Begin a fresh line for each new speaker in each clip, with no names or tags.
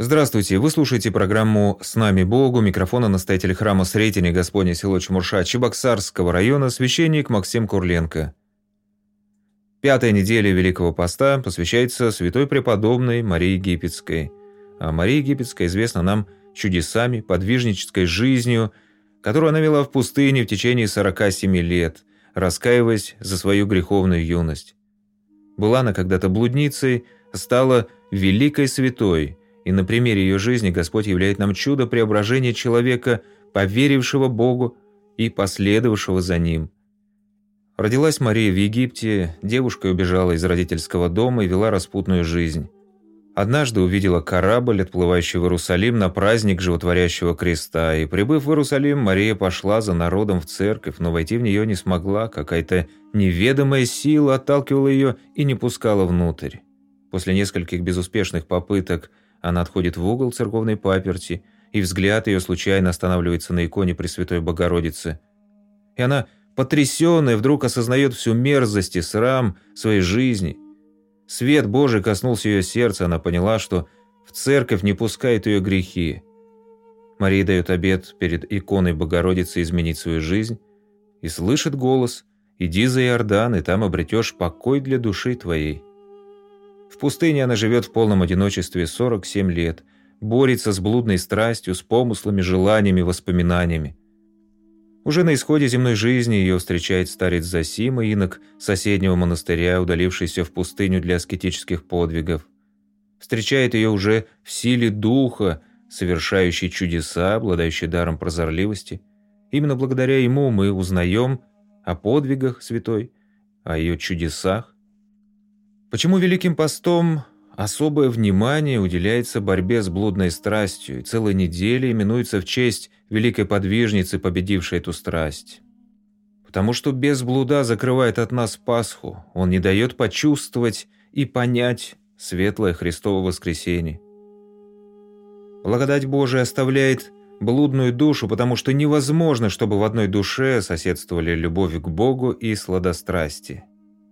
Здравствуйте, вы слушаете программу «С нами Бог», у микрофона настоятель храма Сретения Господня село Чмурша Чебоксарского района священник Максим Курленко. Пятая неделя Великого Поста посвящается святой преподобной Марии Египетской. А Мария Египетская известна нам чудесами, подвижнической жизнью, которую она вела в пустыне в течение 47 лет, раскаиваясь за свою греховную юность. Была она когда-то блудницей, стала великой святой, и на примере ее жизни Господь являет нам чудо преображения человека, поверившего Богу и последовавшего за Ним. Родилась Мария в Египте, девушка убежала из родительского дома и вела распутную жизнь. Однажды увидела корабль, отплывающий в Иерусалим на праздник Животворящего Креста, и, прибыв в Иерусалим, Мария пошла за народом в церковь, но войти в нее не смогла, какая-то неведомая сила отталкивала ее и не пускала внутрь. После нескольких безуспешных попыток она отходит в угол церковной паперти, и взгляд ее случайно останавливается на иконе Пресвятой Богородицы. И она, потрясенная, вдруг осознает всю мерзость и срам своей жизни. Свет Божий коснулся ее сердца, она поняла, что в церковь не пускают ее грехи. Мария дает обет перед иконой Богородицы изменить свою жизнь и слышит голос: «Иди за Иордан, и там обретешь покой для души твоей». В пустыне она живет в полном одиночестве 47 лет, борется с блудной страстью, с помыслами, желаниями, воспоминаниями. Уже на исходе земной жизни ее встречает старец Зосима, инок соседнего монастыря, удалившийся в пустыню для аскетических подвигов. Встречает ее уже в силе духа, совершающий чудеса, обладающий даром прозорливости. Именно благодаря ему мы узнаем о подвигах святой, о ее чудесах. Почему Великим Постом особое внимание уделяется борьбе с блудной страстью, и целая неделя именуется в честь великой подвижницы, победившей эту страсть? Потому что без блуда закрывает от нас Пасху, он не дает почувствовать и понять светлое Христово воскресение. Благодать Божия оставляет блудную душу, потому что невозможно, чтобы в одной душе соседствовали любовь к Богу и сладострастие.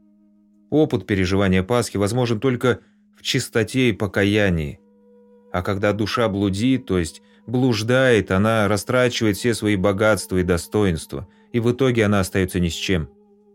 Опыт переживания Пасхи возможен только в чистоте и покаянии. А когда душа блудит, то есть блуждает, она растрачивает все свои богатства и достоинства, и в итоге она остается ни с чем.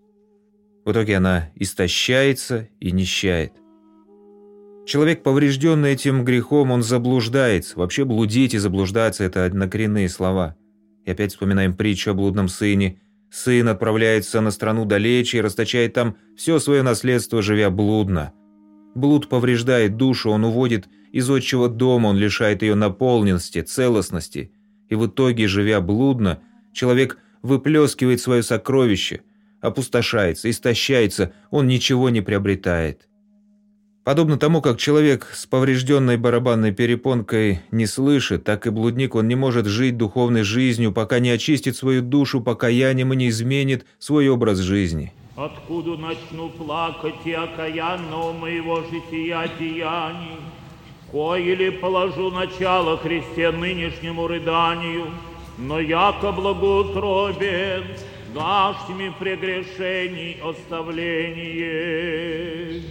В итоге она истощается и нищает. Человек, поврежденный этим грехом, он заблуждается. Вообще блудить и заблуждаться – это однокоренные слова. И опять вспоминаем притчу о блудном сыне. Сын отправляется на страну далече и расточает там все свое наследство, живя блудно. Блуд повреждает душу, он уводит из отчего дома, он лишает ее наполненности, целостности. И в итоге, живя блудно, человек выплескивает свое сокровище, опустошается, истощается, он ничего не приобретает. Подобно тому, как человек с поврежденной барабанной перепонкой не слышит, так и блудник, он не может жить духовной жизнью, пока не очистит свою душу покаянием и не изменит свой образ жизни.
Откуда начну плакать и окаянного моего жития деяний, кое ли положу начало Христе нынешнему рыданию, но яко благоутробен, нашими прегрешений оставление.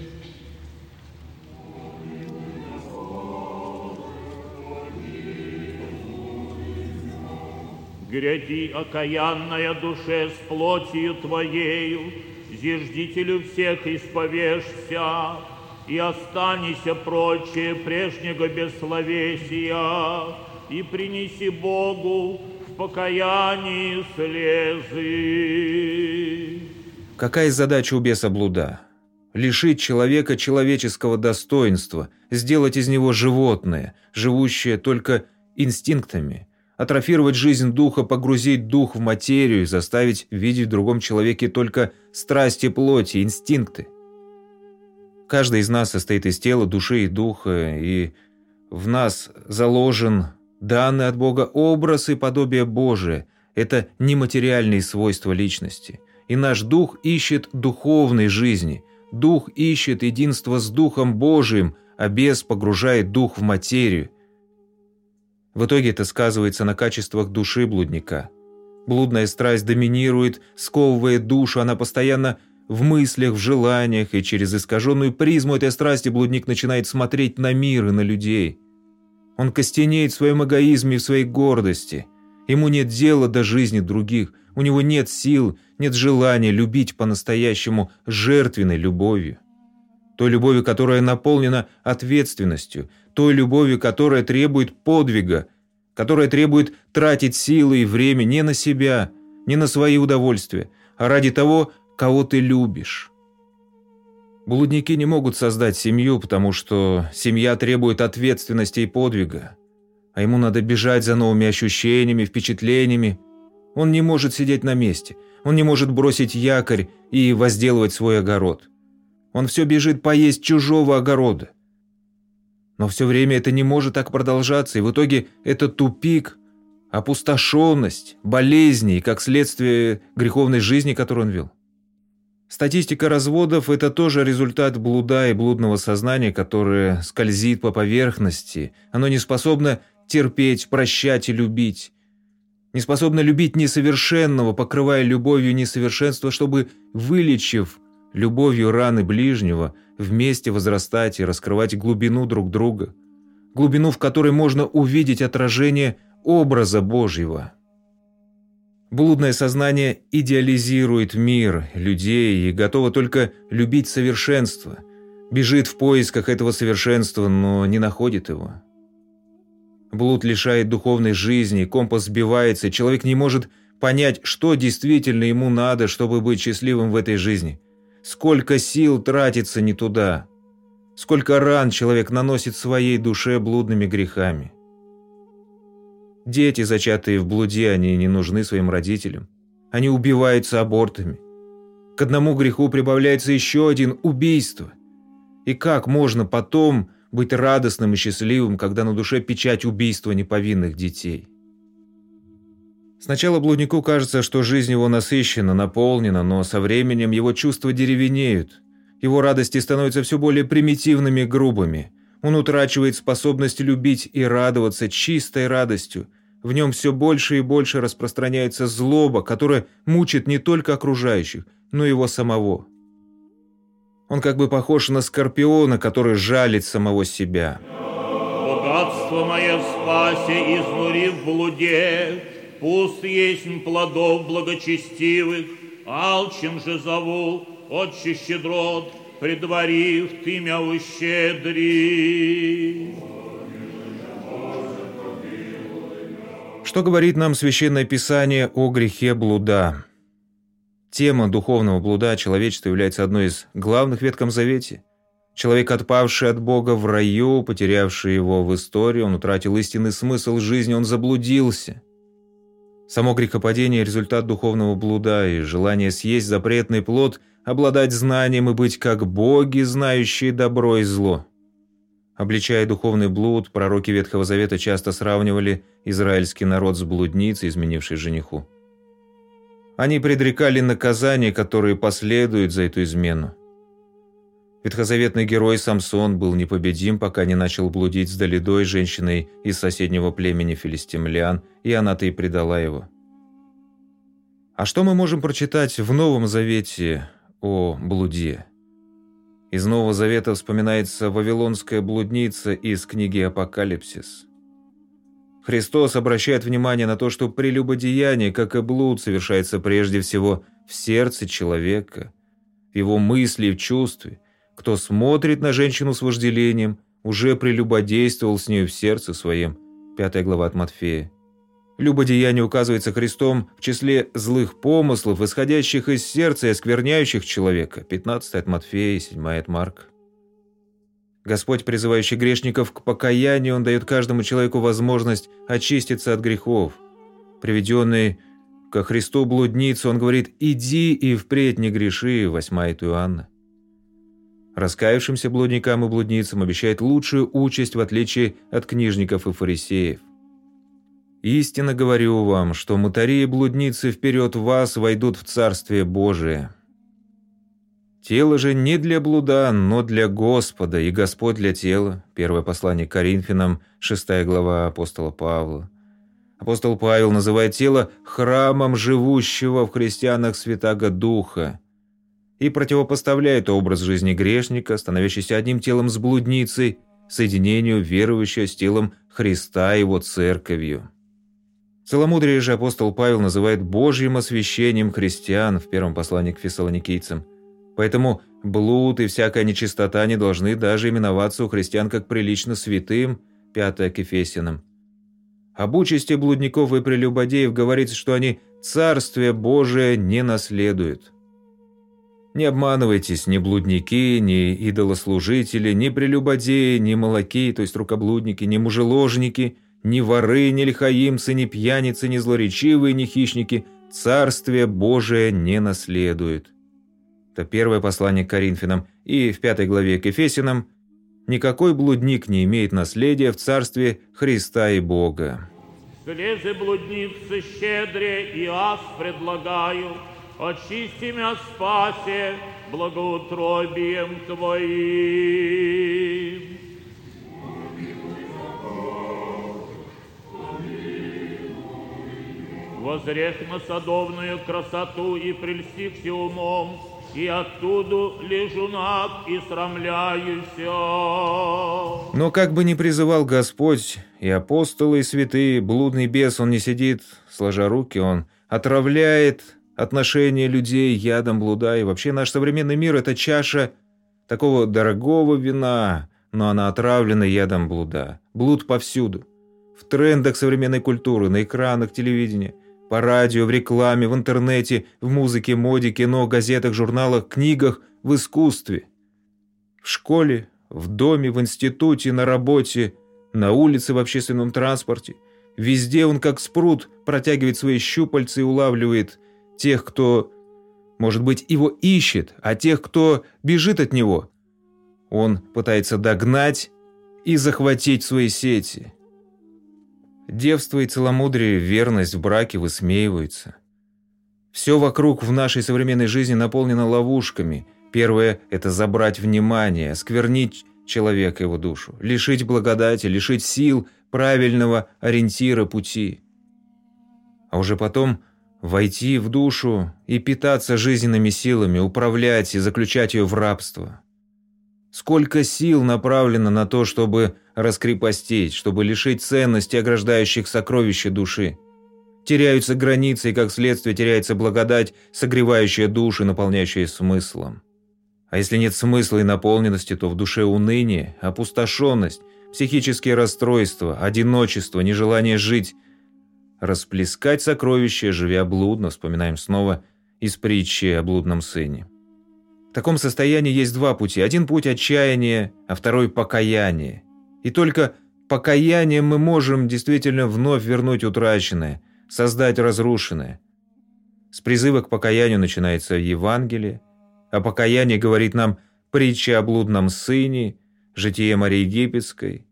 Гряди, окаянная душе, с плотью Твоею, зиждителю всех исповешься, и останься прочее прежнего бессловесия, и принеси Богу в покаянии слезы.
Какая задача у беса блуда? Лишить человека человеческого достоинства, сделать из него животное, живущее только инстинктами, атрофировать жизнь духа, погрузить дух в материю, заставить видеть в другом человеке только страсти плоти, инстинкты. Каждый из нас состоит из тела, души и духа, и в нас заложен данный от Бога образ и подобие Божие. Это нематериальные свойства личности. И наш дух ищет духовной жизни. Дух ищет единство с Духом Божиим, а бес погружает дух в материю. В итоге это сказывается на качествах души блудника. Блудная страсть доминирует, сковывая душу, она постоянно в мыслях, в желаниях, и через искаженную призму этой страсти блудник начинает смотреть на мир и на людей. Он костенеет в своем эгоизме и в своей гордости. Ему нет дела до жизни других, у него нет сил, нет желания любить по-настоящему жертвенной любовью. Той любовью, которая наполнена ответственностью, той любовью, которая требует подвига, которая требует тратить силы и время не на себя, не на свои удовольствия, а ради того, кого ты любишь. Блудники не могут создать семью, потому что семья требует ответственности и подвига, а ему надо бежать за новыми ощущениями, впечатлениями. Он не может сидеть на месте, он не может бросить якорь и возделывать свой огород. Он все бежит поесть чужого огорода. Но все время это не может так продолжаться, и в итоге это тупик, опустошенность, болезни и, как следствие, греховной жизни, которую он вел. Статистика разводов – это тоже результат блуда и блудного сознания, которое скользит по поверхности. Оно не способно терпеть, прощать и любить. Не способно любить несовершенного, покрывая любовью несовершенство, чтобы, вылечив любовью раны ближнего, вместе возрастать и раскрывать глубину друг друга. Глубину, в которой можно увидеть отражение образа Божьего. Блудное сознание идеализирует мир, людей и готово только любить совершенство. Бежит в поисках этого совершенства, но не находит его. Блуд лишает духовной жизни, компас сбивается, и человек не может понять, что действительно ему надо, чтобы быть счастливым в этой жизни. Сколько сил тратится не туда. Сколько ран человек наносит своей душе блудными грехами. Дети, зачатые в блуде, они не нужны своим родителям. Они убиваются абортами. К одному греху прибавляется еще один – убийство. И как можно потом быть радостным и счастливым, когда на душе печать убийства неповинных детей? Сначала блуднику кажется, что жизнь его насыщена, наполнена, но со временем его чувства деревенеют. Его радости становятся все более примитивными и грубыми. Он утрачивает способность любить и радоваться чистой радостью. В нем все больше и больше распространяется злоба, которая мучит не только окружающих, но и его самого. Он как бы похож на скорпиона, который жалит самого себя.
Богатство мое спаси, изнури в блуде, пуст есть плодов благочестивых, алчен же зову, отче щедрот, предварив ты мя ущедри.
Что говорит нам Священное Писание о грехе блуда? Тема духовного блуда человечества является одной из главных в Ветхом Завете. Человек, отпавший от Бога в раю, потерявший его в истории, он утратил истинный смысл жизни, он заблудился. Само грехопадение – результат духовного блуда, и желание съесть запретный плод, обладать знанием и быть как боги, знающие добро и зло. Обличая духовный блуд, пророки Ветхого Завета часто сравнивали израильский народ с блудницей, изменившей жениху. Они предрекали наказания, которые последуют за эту измену. Ветхозаветный герой Самсон был непобедим, пока не начал блудить с Далидой, женщиной из соседнего племени филистимлян, и она-то и предала его. А что мы можем прочитать в Новом Завете о блуде? Из Нового Завета вспоминается вавилонская блудница из книги «Апокалипсис». Христос обращает внимание на то, что прелюбодеяние, как и блуд, совершается прежде всего в сердце человека, в его мысли и в чувстве. Кто смотрит на женщину с вожделением, уже прелюбодействовал с нею в сердце своем. 5 глава от Матфея. Любодеяние указывается Христом в числе злых помыслов, исходящих из сердца и оскверняющих человека. 15 от Матфея, 7 от Марка. Господь, призывающий грешников к покаянию, Он дает каждому человеку возможность очиститься от грехов. Приведенный ко Христу блудницу, Он говорит: «Иди и впредь не греши», 8 от Иоанна. Раскаявшимся блудникам и блудницам обещает лучшую участь, в отличие от книжников и фарисеев. «Истинно говорю вам, что мытари и блудницы вперед вас войдут в Царствие Божие. Тело же не для блуда, но для Господа, и Господь для тела». Первое послание к Коринфянам, 6 глава апостола Павла. Апостол Павел называет тело храмом живущего в христианах Святаго Духа и противопоставляет образ жизни грешника, становящийся одним телом с блудницей, соединению верующего с телом Христа и Его Церковью. Целомудрие же апостол Павел называет Божьим освящением христиан в первом послании к фессалоникийцам. Поэтому блуд и всякая нечистота не должны даже именоваться у христиан как прилично святым, 5 к Ефесянам. Об участи блудников и прелюбодеев говорится, что они Царствие Божие не наследуют. Не обманывайтесь, ни блудники, ни идолослужители, ни прелюбодеи, ни молоки, то есть рукоблудники, ни мужеложники, ни воры, ни лихаимцы, ни пьяницы, ни злоречивые, ни хищники Царствие Божие не наследуют. Это первое послание к Коринфянам, и в 5 главе к Ефесянам: «Никакой блудник не имеет наследия в Царстве Христа и Бога».
Слезы блудницы щедре и аз предлагаю, очисти мя спасе благоутробием Твоим. Возрех на садовную красоту и прельстихся умом, и оттуда лежу наг и срамляюся.
Но как бы ни призывал Господь, и апостолы, и святые, блудный бес, он не сидит, сложа руки, он отравляет отношения людей ядом блуда. И вообще наш современный мир – это чаша такого дорогого вина, но она отравлена ядом блуда. Блуд повсюду. В трендах современной культуры, на экранах телевидения, по радио, в рекламе, в интернете, в музыке, моде, кино, газетах, журналах, книгах, в искусстве. В школе, в доме, в институте, на работе, на улице, в общественном транспорте. Везде он, как спрут, протягивает свои щупальца и улавливает тех, кто, может быть, его ищет, а тех, кто бежит от него, он пытается догнать и захватить в свои сети. Девство и целомудрие, верность в браке высмеиваются. Все вокруг в нашей современной жизни наполнено ловушками. Первое – это забрать внимание, осквернить человека, его душу, лишить благодати, лишить сил, правильного ориентира пути. А уже потом войти в душу и питаться жизненными силами, управлять и заключать ее в рабство. Сколько сил направлено на то, чтобы раскрепостить, чтобы лишить ценности ограждающих сокровища души. Теряются границы, и как следствие теряется благодать, согревающая души, наполняющая смыслом. А если нет смысла и наполненности, то в душе уныние, опустошенность, психические расстройства, одиночество, нежелание жить. Расплескать сокровища, живя блудно, вспоминаем снова из притчи о блудном сыне. В таком состоянии есть два пути. Один путь – отчаяние, а второй – покаяние. И только покаянием мы можем действительно вновь вернуть утраченное, создать разрушенное. С призыва к покаянию начинается Евангелие, а покаяние говорит нам притча о блудном сыне, житие Марии Египетской.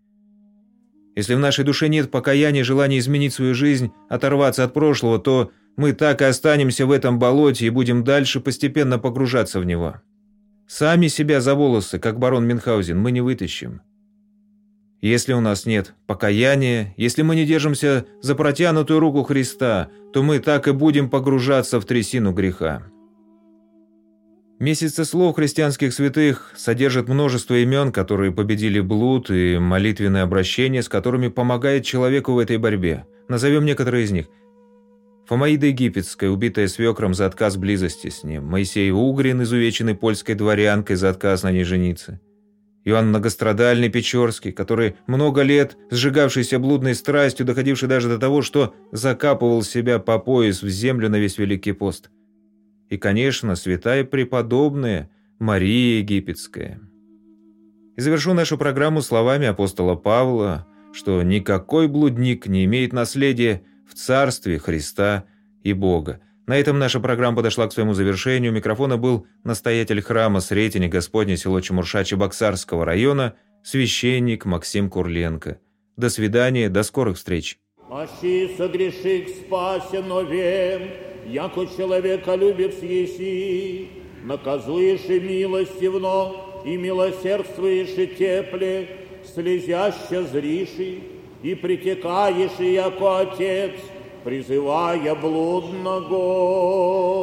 Если в нашей душе нет покаяния, желания изменить свою жизнь, оторваться от прошлого, то мы так и останемся в этом болоте и будем дальше постепенно погружаться в него. Сами себя за волосы, как барон Мюнхгаузен, мы не вытащим. Если у нас нет покаяния, если мы не держимся за протянутую руку Христа, то мы так и будем погружаться в трясину греха. Месяцы слов христианских святых содержат множество имен, которые победили блуд, и молитвенные обращения, с которыми помогает человеку в этой борьбе. Назовем некоторые из них. Фомаида Египетская, убитая свекром за отказ близости с ним. Моисей Угрин, изувеченный польской дворянкой за отказ на ней жениться. Иоанн Многострадальный Печорский, который много лет, сжигавшийся блудной страстью, доходивший даже до того, что закапывал себя по пояс в землю на весь Великий пост. И, конечно, святая преподобная Мария Египетская. И завершу нашу программу словами апостола Павла, что никакой блудник не имеет наследия в Царстве Христа и Бога. На этом наша программа подошла к своему завершению. У микрофона был настоятель храма Сретения Господня, село Чемурша Чебоксарского района, священник Максим Курленко. До свидания, до скорых встреч.
Ащи согреших спасено вем, яко человеколюбец еси, наказуешь и милостивно, и милосердствуешь и тепле, слезяще зриши, и притекаешь, яко Отец, призывая блудного.